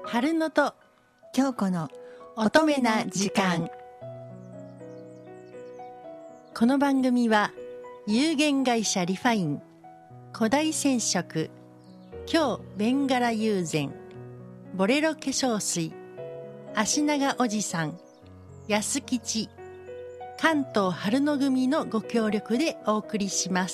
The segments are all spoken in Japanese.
春野と京子の乙女な時間。この番組は有限会社リファイン、古代染色、京ベンガラ友禅、ボレロ化粧水、足長おじさん、安吉、関東春野組のご協力でお送りします。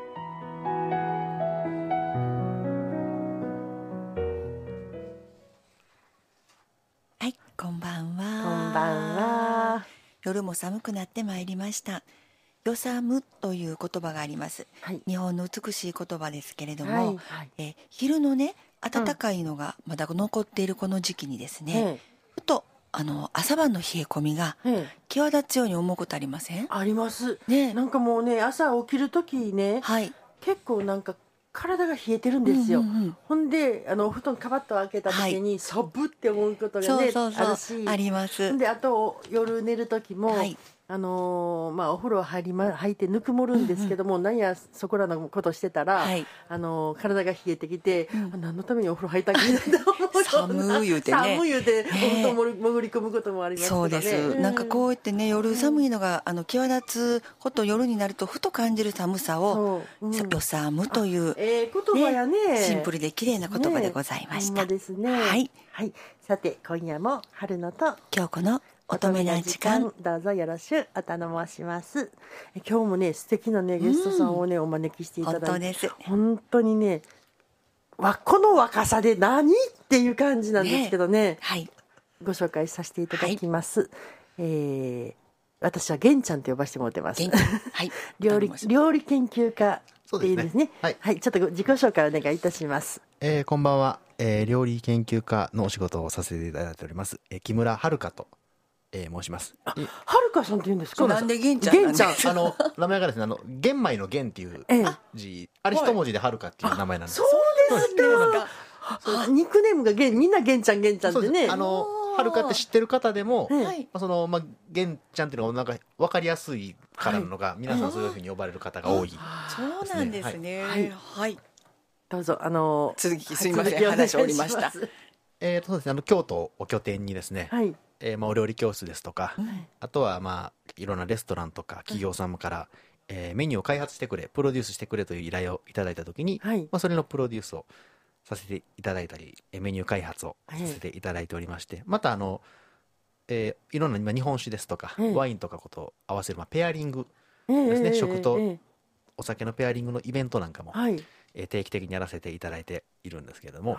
はい、こんばんは。 こんばんは。 夜も寒くなってまいりました。よさむという言葉があります、 はい、 日本の美しい言葉ですけれども、 はいはい、 昼のね暖かいのがまだ残っているこの時期にですね、ふと朝晩の冷え込みが際立つように思うことありません？ ありますね。 なんかもうね、朝起きる時ね、 はい、 結構なんか体が冷えてるんですよ、ほんでお布団カバッと開けた時にサブって思うことがね、 そうあるし、 あります。 であと夜寝る時も、 はい、 お風呂入ってぬくもるんですけども、何やそこらのことしてたら、 はい、 体が冷えてきて、何のためにお風呂入ったっけなと思う寒い言うてね、 寒い言うてお布団潜り込むこともありますけどね。 そうです、なんかこうやってね、夜寒いのが際立つこと、夜になるとふと感じる寒さを、よさむという、 言葉やね、 シンプルで綺麗な言葉でございました。 ですね。 はい、 はい、さて今夜も春野と京子の乙女な時間、 どうぞよろしくお頼します。今日もね、素敵なねゲストさんをね、お招きしていただいて、 本当です。 本当にね、この若さで何っていう感じなんですけどね、 はい、 ご紹介させていただきます。私は玄ちゃんと呼ばせてもらってます。 はい、 料理研究家っていうんですね。はい、ちょっと自己紹介お願いいたします。 こんばんは、料理研究家のお仕事をさせていただいております、木村遥と申します。 はるかさんって言うんですか？ なんで玄ちゃんなんですか？ 名前がですね、玄米の玄っていう字、あれ一文字で遥っていう名前なんです。 そうですか。ニックネームがみんな玄ちゃん玄ちゃんってね。 遥って知ってる方でも、玄ちゃんっていうのがなんか分かりやすいからなのが、皆さんそういうふうに呼ばれる方が多いですね。 そうなんですね。はい。 どうぞ続きすみません、話おりました。 そうですね、京都を拠点にですね、お料理教室ですとか、あとはいろんなレストランとか企業様から、メニューを開発してくれ、プロデュースしてくれという依頼をいただいたときに、それのプロデュースをさせていただいたり、メニュー開発をさせていただいておりまして、またいろんな日本酒ですとか、ワインとかこと合わせる、ペアリングですね、食とお酒のペアリングのイベントなんかも、定期的にやらせていただいているんですけれども、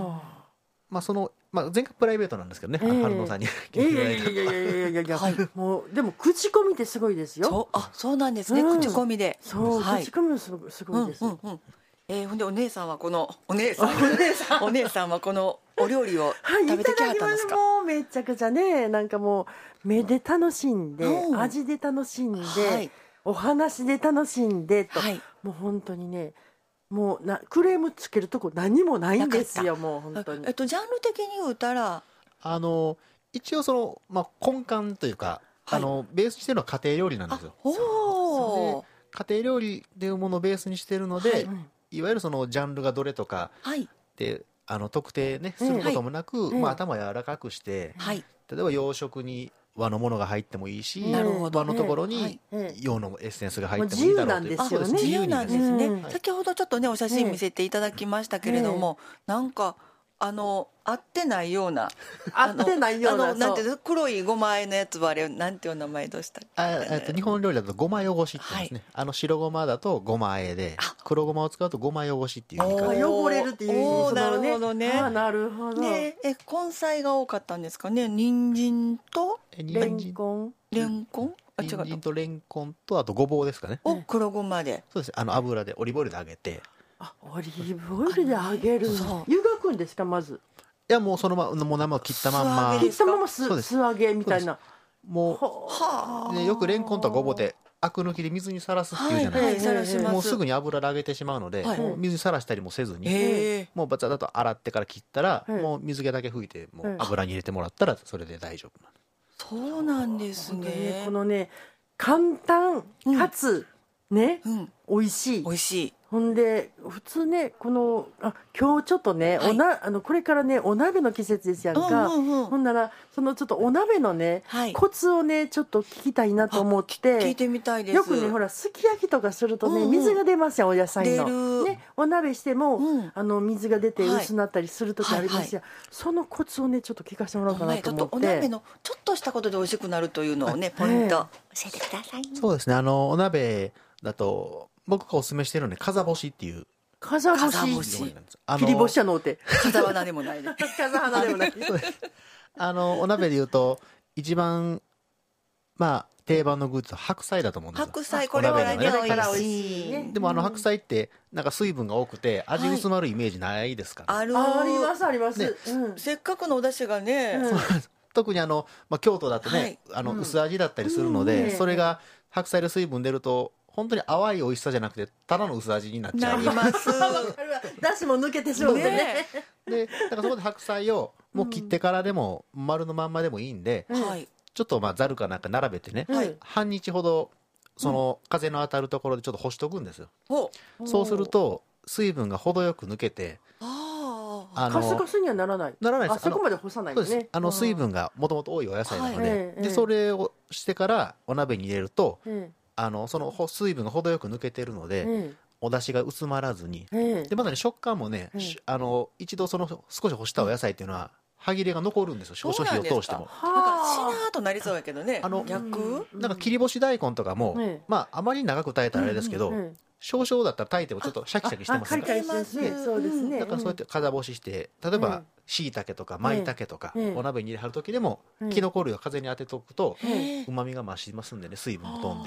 前回プライベートなんですけどね、春野さんに聞いていただいたのは、もうでも口コミってすごいですよ。 そうなんですね、口コミで。 口コミもすごいです。 ほんでお姉さんはこのお姉さんはこのお料理を食べてきはったんですか？ もうめちゃくちゃね、なんかもう目で楽しんで、味で楽しんで、お話で楽しんでと、もう本当にね、もうクレームつけるとこ何もないんですよ。もう本当にジャンル的に言うたら一応根幹というか、ベースにしてるのは家庭料理なんですよ。家庭料理というものをベースにしてるので、いわゆるそのジャンルがどれとかで、特定ねすることもなく、頭柔らかくして、例えば洋食に和のものが入ってもいいし、和のところに洋のエッセンスが入ってもいいだろうという、 自由なんですね。先ほどちょっとねお写真見せていただきましたけれども、なんか合ってないようななんていう黒いごま和えのやつはあれなんていう名前でした日本料理だとごま汚しって言うんですね。白ごまだとごま和えで、黒ごまを使うとごま汚しっていう言い方。 汚れるっていう意味。 なるほどね。 なるほど。 根菜が多かったんですかね。人参とレンコン人参とレンコンとあとごぼうですかね。 黒ごまで。 そうです。油でオリーブオイルで揚げて。 オリーブオイルで揚げる。湯がくんですかまず？ いやもうそのまま生を切ったまんま。 素揚げみたいな。 もうよくレンコンとごぼうでアク抜きで水にさらすっていうじゃないですか。もうすぐに油で揚げてしまうので、水にさらしたりもせずに、もうバチャッと洗ってから切ったら、もう水気だけ拭いてもう油に入れてもらったらそれで大丈夫なんです。 そうなんですね。 このね簡単かつね、 美味しい。 美味しい。 ほんで普通ね今日ちょっとね、これからねお鍋の季節ですやんか、ほんならそのちょっとお鍋のね、コツをねちょっと聞きたいなと思って聞いてみたいです。 よくねほらすき焼きとかするとね、水が出ますやんお野菜のね、お鍋しても、水が出て薄なったりする時ありますやん、そのコツをねちょっと聞かせてもらおうかなと思って、 お鍋のちょっとしたことで美味しくなるというのをね、ポイント教えてください。 そうですね、お鍋だと僕がおすすめしてるのね、風干しっていう。 風干し切り干しやのうて風花でもないね。 風花でもない。 お鍋でいうと一番定番のグッズは白菜だと思うんですよ。 白菜これはね美味しい。 でも白菜ってなんか水分が多くて味薄まるイメージないですか？ ありますあります。 せっかくのお出汁がね。 特に京都だとね薄味だったりするので、それが白菜で水分出ると本当に淡い美味しさじゃなくてただの薄味になっちゃう。 なります。 だしも抜けてしまうね。 でだからそこで白菜をもう切ってからでも丸のまんまでもいいんで、ちょっとざるかなんか並べてね、半日ほどその風の当たるところでちょっと干しとくんですよ。そうすると水分が程よく抜けて、 カスカスにはならない。 ならないです。 あそこまで干さないですね。 水分がもともと多いお野菜なので、でそれをしてからお鍋に入れると、その水分が程よく抜けてるので、お出汁が薄まらずに、でまたね食感もね、一度その少し干したお野菜っていうのは歯切れが残るんですよ。火を通しても。 なんかしなーとなりそうやけどね。逆？ なんか切り干し大根とかも、あまり長く炊いたらあれですけど、少々だったら炊いてもちょっとシャキシャキしてますね。 そうですね。 だからそうやって風干しして、例えば椎茸とか舞茸とかお鍋に入れはる時でもキノコ類を風に当てておくと旨味が増しますんでね、水分も飛んで。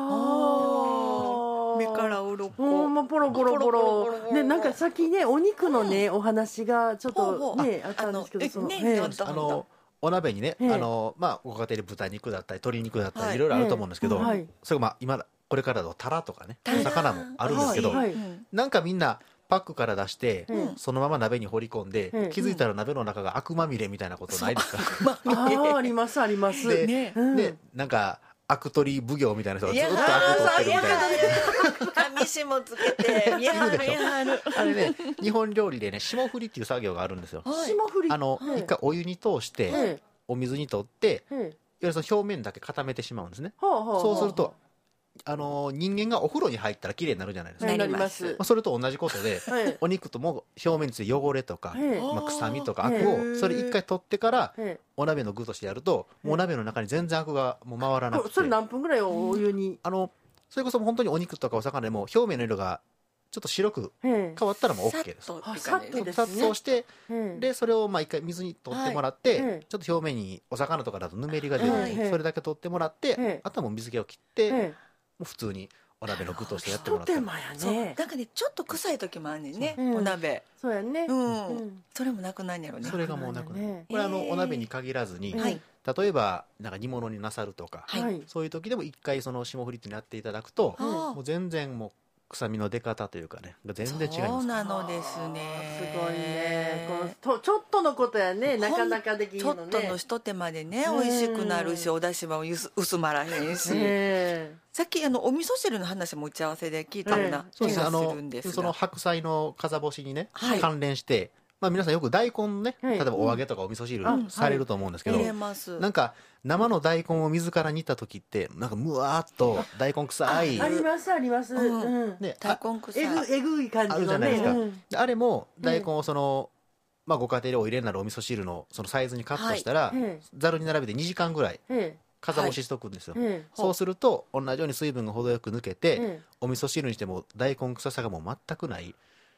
目から鱗。 ポロポロポロ。ね、なんかさっきねお肉のねお話がちょっとねあったんですけど、 お鍋にねご家庭で豚肉だったり鶏肉だったりいろいろあると思うんですけど、それが今これからだとタラとかね魚もあるんですけど、なんかみんなパックから出してそのまま鍋に放り込んで、気づいたら鍋の中がアクまみれみたいなことないですか？ ありますあります。 でなんかアク取り奉行みたいな人がずっとアク取ってるみたいな。 紙もつけて見張る。 あれね、日本料理でね霜降りっていう作業があるんですよ。 霜降り。 一回お湯に通してお水に取って、いわゆるその表面だけ固めてしまうんですね。そうすると人間がお風呂に入ったら綺麗になるじゃないですか。 なります。 それと同じことで、お肉とも表面について汚れとか、臭みとかアクをそれ一回取ってからお鍋の具としてやると、もうお鍋の中に全然アクがもう回らなくて。 それ何分ぐらいお湯に？ それこそ本当にお肉とかお魚でも表面の色がちょっと白く変わったらもう OK です。 さっとですね。 そうして、でそれを一回水に取ってもらって、ちょっと表面にお魚とかだとぬめりが出る、それだけ取ってもらって、あとはもう水気を切って、もう普通にお鍋の具としてやってもらって。 一手間やね。 なんかねちょっと臭い時もあるねんね、お鍋。 そうやね。 それもなくなるんやろね。 それがもうなくなる。これお鍋に限らずに、例えばなんか煮物になさるとか、そういう時でも一回その霜降りってやっていただくと、もう全然もう臭みの出方というかね全然違います。 そうなのですね。 すごいね。ちょっとのことやね、なかなかできんのね。 ちょっとの一手間でね美味しくなるし、お出汁は薄まらへんし。さっきお味噌汁の話も打ち合わせで聞いたような気がするんですが、 その白菜の風干しにね関連して、皆さんよく大根ね、例えばお揚げとかお味噌汁されると思うんですけど、なんか生の大根を水から煮た時ってなんかむわーっと大根臭い、 ありますあります。 大根臭いえぐい感じのね、 あるじゃないですか。あれも大根をそのご家庭でお入れになるお味噌汁のそのサイズにカットしたらざるに並べて2時間ぐらい風干ししとくんですよ。そうすると同じように水分が程よく抜けて、お味噌汁にしても大根臭さがもう全くない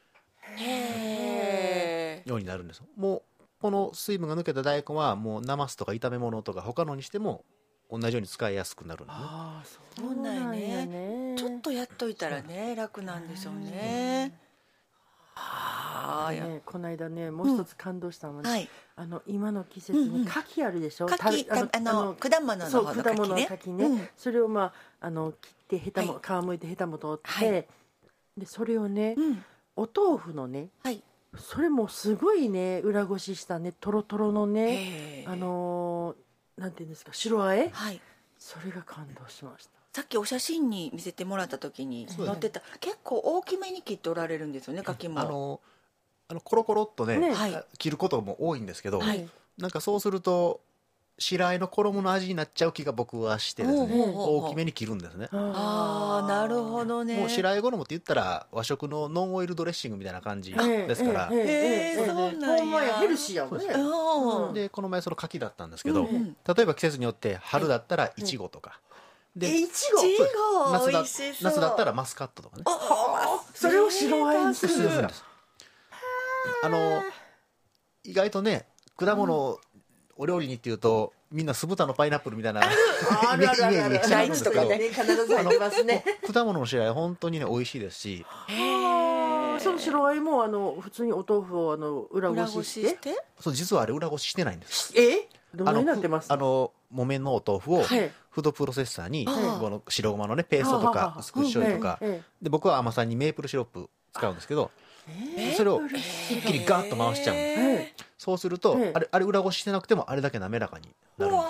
ようになるんです。もうこの水分が抜けた大根はもうなますとか炒め物とか他のにしても同じように使いやすくなるんでね。 そうなんやね。ちょっとやっといたらね楽なんでしょうね。 この間ねもう一つ感動したのね、今の季節に柿あるでしょ。 柿、果物の方の柿ね。それを切ってヘタも皮むいてヘタも取って、でそれをねお豆腐のね、それもすごいね裏ごししたねトロトロのねなんていうんですか白あえ、それが感動しました。 さっきお写真に見せてもらった時に載ってた、結構大きめに切っておられるんですよね、柿も。 コロコロっとね、切ることも多いんですけど、なんかそうすると白あえの衣の味になっちゃう気が僕はしてですね、大きめに切るんですね。 ああ、なるほどね。 もう白あえ衣って言ったら和食のノンオイルドレッシングみたいな感じですから、 そうなんや。 ヘルシーやもんね。 でこの前その柿だったんですけど、例えば季節によって春だったらいちごとか、 でいちご夏だったらマスカットとかね。 それを白あえにするんです。 意外とね、果物お料理にっていうとみんな酢豚のパイナップルみたいなイメージしちゃうんですけど、果物の白あえ本当にね美味しいですし、 その白あえも普通にお豆腐を裏ごしして、 そう、実はあれ裏ごししてないんです。 どんなになってます？ 木綿のお豆腐をフードプロセッサーにこの白ごまのねペーストとか薄口醤油とかで、僕は甘さにメープルシロップ使うんですけど、それを一気にガーッと回しちゃうんです。そうするとあれ裏ごししてなくてもあれだけ滑らかになるんです。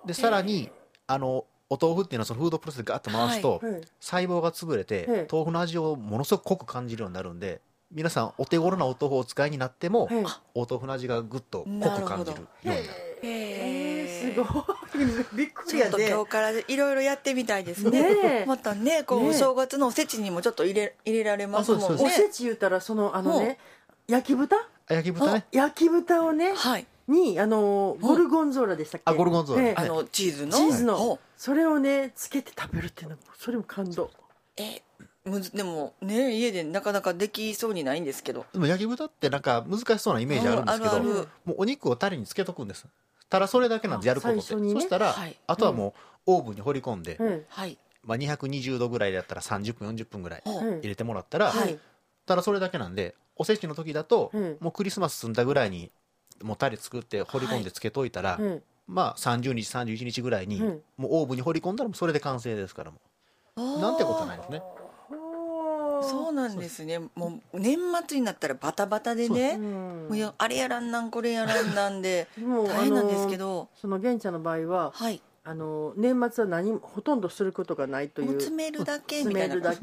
でさらにお豆腐っていうのはそのフードプロセスでガーッと回すと細胞が潰れて豆腐の味をものすごく濃く感じるようになるんで、皆さんお手頃なお豆腐をお使いになってもお豆腐の味がぐっと濃く感じるようになる。 すごいびっくりやね。 ちょっと今日からいろいろやってみたいですね。またね、こうお正月のおせちにもちょっと入れられますもんね。 おせち言ったら焼き豚ね、焼き豚をねにゴルゴンゾーラでしたっけ？ ゴルゴンゾーラ、チーズのそれをねつけて食べるっていうのもそれも感動。 でもね、家でなかなかできそうにないんですけど。 でも焼き豚ってなんか難しそうなイメージあるんですけど、もうお肉をタレにつけとくんです。ただそれだけなんでやることって、そしたらあとはもうオーブンに放り込んで、220度ぐらいだったら30分40分ぐらい入れてもらったら、ただそれだけなんで、おせちの時だともうクリスマス済んだぐらいにもうタレ作って放り込んでつけといたら、まあ30日31日ぐらいにもうオーブンに放り込んだらそれで完成ですから、もうなんてことないですね。 そうなんですね。もう年末になったらバタバタでね、もうあれやらんなんこれやらんなんで大変なんですけど、 その玄ちゃんの場合は、年末はほとんどすることがないという、 詰めるだけみたいな。で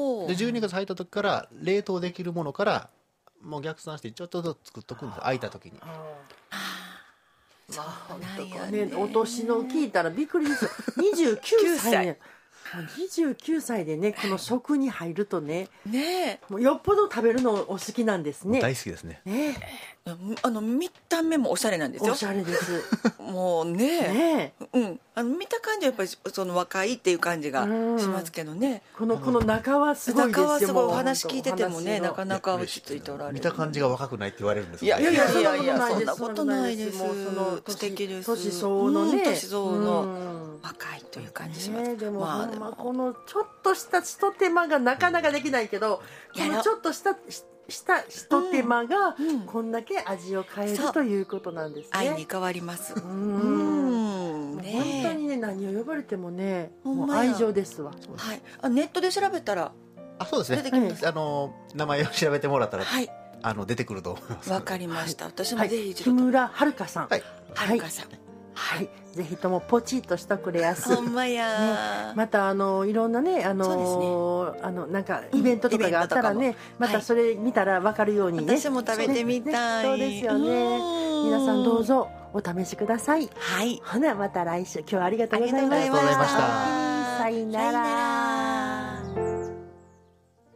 12月入った時から冷凍できるものからもう逆算してちょっとずつ作っとくんです、空いた時に。 お年の聞いたらびっくりです。29歳ね。29歳でね、この食に入るとね、もうよっぽど食べるのお好きなんですね。 大好きですね。 見た目もおしゃれなんですよ。 おしゃれです。 もうね、見た感じはやっぱりその若いっていう感じがしますけどね。 この中はすごいですよ。 中はすごい、お話聞いててもね、なかなか落ち着いておられる。 見た感じが若くないって言われるんです。 いやそんなことないです。素敵です。 年相応のね、 年相応の若いという感じします。 でもこのちょっとしたひと手間がなかなかできないけど、このちょっとしたひと手間がこんだけ味を変えるということなんですね。 愛に変わります。 本当にね、何を呼ばれてもね、もう愛情ですわ。 ネットで調べたら、 そうですね、名前を調べてもらったら出てくると思います。 わかりました。私もぜひ木村遥さん、 遥さん、 ぜひともポチッとしとくれやす。 ほんまや。 またいろんなね、なんかイベントとかがあったらね、またそれ見たら分かるようにね。 私も食べてみたい。 そうですよね。皆さんどうぞお試しください。ほなまた来週。今日はありがとうございました。 ありがとうございました。 さよなら。